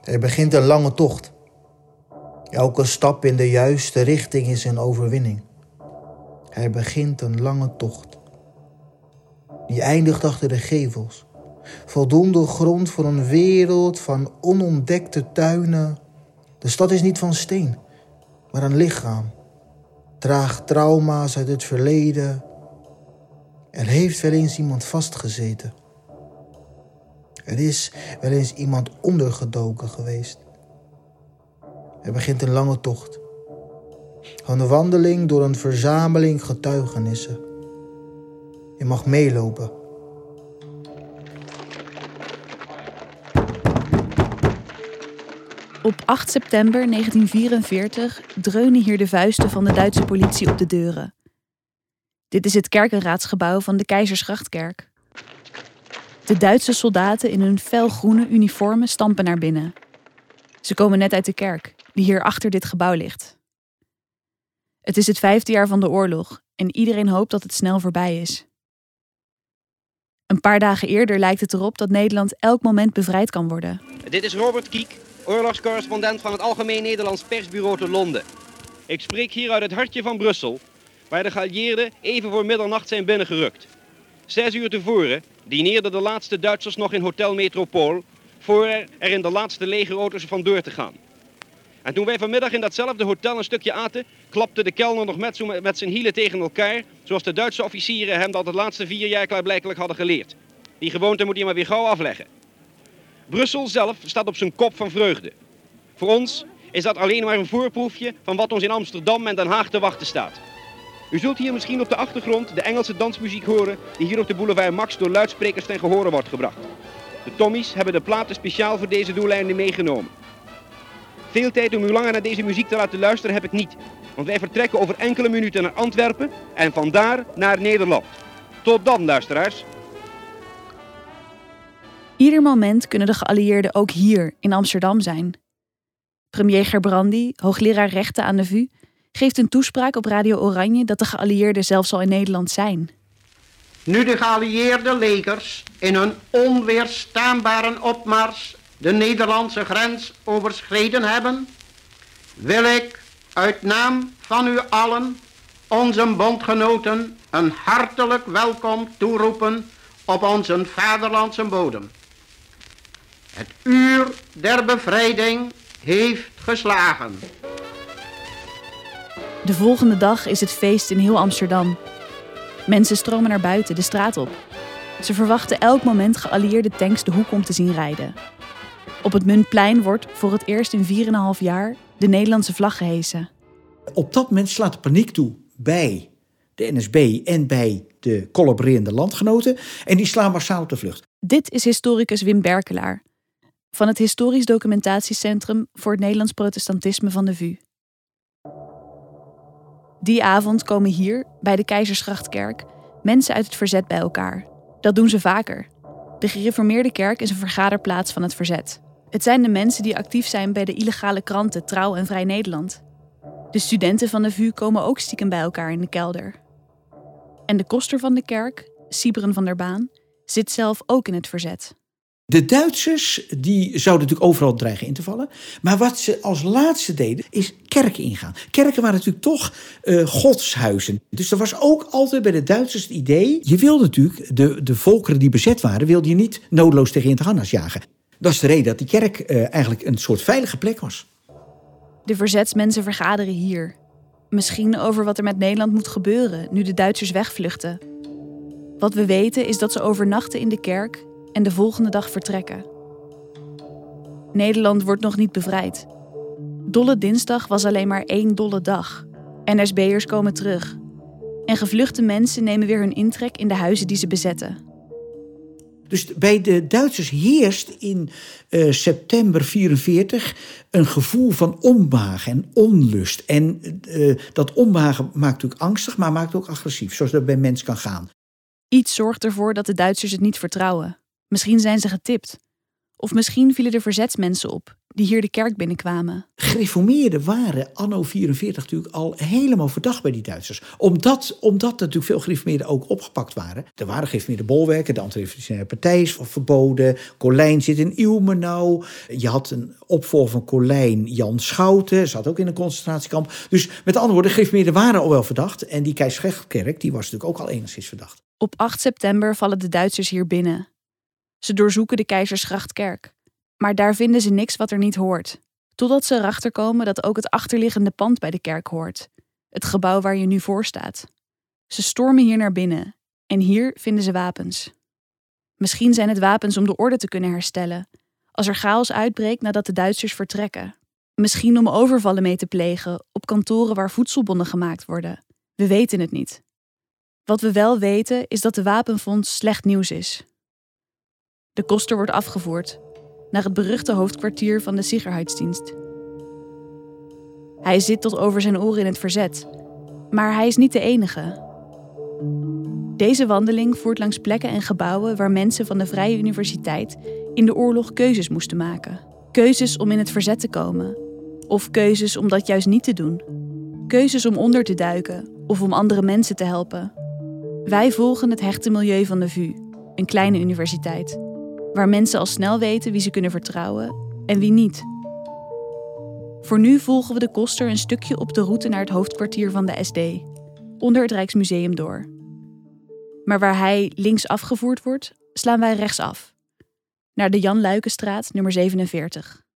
Er begint een lange tocht. Elke stap in de juiste richting is een overwinning. Er begint een lange tocht. Die eindigt achter de gevels. Voldoende grond voor een wereld van onontdekte tuinen. De stad is niet van steen, maar een lichaam. Draagt trauma's uit het verleden. Er heeft wel eens iemand vastgezeten. Er is wel eens iemand ondergedoken geweest. Er begint een lange tocht. Een wandeling door een verzameling getuigenissen. Je mag meelopen. Op 8 september 1944 dreunen hier de vuisten van de Duitse politie op de deuren. Dit is het kerkenraadsgebouw van de Keizersgrachtkerk. De Duitse soldaten in hun felgroene uniformen stampen naar binnen. Ze komen net uit de kerk, die hier achter dit gebouw ligt. Het is het 5e jaar van de oorlog en iedereen hoopt dat het snel voorbij is. Een paar dagen eerder lijkt het erop dat Nederland elk moment bevrijd kan worden. Dit is Robert Kiek, oorlogscorrespondent van het Algemeen Nederlands Persbureau te Londen. Ik spreek hier uit het hartje van Brussel, waar de geallieerden even voor middernacht zijn binnengerukt. 6 uur tevoren dineerden de laatste Duitsers nog in Hotel Metropool, voor er in de laatste legerauto's vandoor te gaan. En toen wij vanmiddag in datzelfde hotel een stukje aten, klapte de kelner nog met zijn hielen tegen elkaar, zoals de Duitse officieren hem dat het laatste 4 jaar klaarblijkelijk hadden geleerd. Die gewoonte moet hij maar weer gauw afleggen. Brussel zelf staat op zijn kop van vreugde. Voor ons is dat alleen maar een voorproefje van wat ons in Amsterdam en Den Haag te wachten staat. U zult hier misschien op de achtergrond de Engelse dansmuziek horen die hier op de boulevard Max door luidsprekers ten gehore wordt gebracht. De Tommies hebben de platen speciaal voor deze doeleinden meegenomen. Veel tijd om u langer naar deze muziek te laten luisteren heb ik niet, want wij vertrekken over enkele minuten naar Antwerpen en vandaar naar Nederland. Tot dan, luisteraars. Ieder moment kunnen de geallieerden ook hier in Amsterdam zijn. Premier Gerbrandy, hoogleraar rechten aan de VU, geeft een toespraak op Radio Oranje dat de geallieerden zelfs al in Nederland zijn. Nu de geallieerde legers in hun onweerstaanbare opmars de Nederlandse grens overschreden hebben, wil ik uit naam van u allen, onze bondgenoten, een hartelijk welkom toeroepen op onze vaderlandse bodem. Het uur der bevrijding heeft geslagen. De volgende dag is het feest in heel Amsterdam. Mensen stromen naar buiten, de straat op. Ze verwachten elk moment geallieerde tanks de hoek om te zien rijden. Op het Muntplein wordt voor het eerst in 4,5 jaar de Nederlandse vlag gehesen. Op dat moment slaat de paniek toe bij de NSB en bij de collaborerende landgenoten. En die slaan massaal op de vlucht. Dit is historicus Wim Berkelaar van het Historisch Documentatiecentrum voor het Nederlands Protestantisme van de VU. Die avond komen hier, bij de Keizersgrachtkerk, mensen uit het verzet bij elkaar. Dat doen ze vaker. De gereformeerde kerk is een vergaderplaats van het verzet. Het zijn de mensen die actief zijn bij de illegale kranten Trouw en Vrij Nederland. De studenten van de VU komen ook stiekem bij elkaar in de kelder. En de koster van de kerk, Siebren van der Baan, zit zelf ook in het verzet. De Duitsers die zouden natuurlijk overal dreigen in te vallen. Maar wat ze als laatste deden, is kerken ingaan. Kerken waren natuurlijk toch godshuizen. Dus er was ook altijd bij de Duitsers het idee, je wilde natuurlijk de volkeren die bezet waren, wilde je niet noodloos tegen in te gaan jagen. Dat is de reden dat die kerk eigenlijk een soort veilige plek was. De verzetsmensen vergaderen hier. Misschien over wat er met Nederland moet gebeuren nu de Duitsers wegvluchten. Wat we weten is dat ze overnachten in de kerk en de volgende dag vertrekken. Nederland wordt nog niet bevrijd. Dolle Dinsdag was alleen maar 1 dolle dag. NSB'ers komen terug. En gevluchte mensen nemen weer hun intrek in de huizen die ze bezetten. Dus bij de Duitsers heerst in september 1944 een gevoel van onbehagen en onlust. En dat onbehagen maakt natuurlijk angstig, maar maakt ook agressief, zoals dat bij mensen kan gaan. Iets zorgt ervoor dat de Duitsers het niet vertrouwen. Misschien zijn ze getipt. Of misschien vielen er verzetsmensen op die hier de kerk binnenkwamen. Gereformeerden waren anno 44 natuurlijk al helemaal verdacht bij die Duitsers. Omdat natuurlijk veel gereformeerden ook opgepakt waren. Er waren gereformeerde bolwerken, de antirevolutionaire partij is verboden. Colijn zit in Ilmenau. Je had een opvolger van Colijn, Jan Schouten, zat ook in een concentratiekamp. Dus met andere woorden, gereformeerden waren al wel verdacht. En die Keizersgrachtkerk, die was natuurlijk ook al enigszins verdacht. Op 8 september vallen de Duitsers hier binnen. Ze doorzoeken de Keizersgrachtkerk. Maar daar vinden ze niks wat er niet hoort. Totdat ze erachter komen dat ook het achterliggende pand bij de kerk hoort. Het gebouw waar je nu voor staat. Ze stormen hier naar binnen. En hier vinden ze wapens. Misschien zijn het wapens om de orde te kunnen herstellen. Als er chaos uitbreekt nadat de Duitsers vertrekken. Misschien om overvallen mee te plegen op kantoren waar voedselbonnen gemaakt worden. We weten het niet. Wat we wel weten is dat de wapenfonds slecht nieuws is. De koster wordt afgevoerd naar het beruchte hoofdkwartier van de Sicherheitsdienst. Hij zit tot over zijn oren in het verzet, maar hij is niet de enige. Deze wandeling voert langs plekken en gebouwen waar mensen van de Vrije Universiteit in de oorlog keuzes moesten maken. Keuzes om in het verzet te komen, of keuzes om dat juist niet te doen. Keuzes om onder te duiken of om andere mensen te helpen. Wij volgen het hechte milieu van de VU, een kleine universiteit, waar mensen al snel weten wie ze kunnen vertrouwen en wie niet. Voor nu volgen we de koster een stukje op de route naar het hoofdkwartier van de SD, onder het Rijksmuseum door. Maar waar hij links afgevoerd wordt, slaan wij rechtsaf, naar de Jan Luykenstraat nummer 47.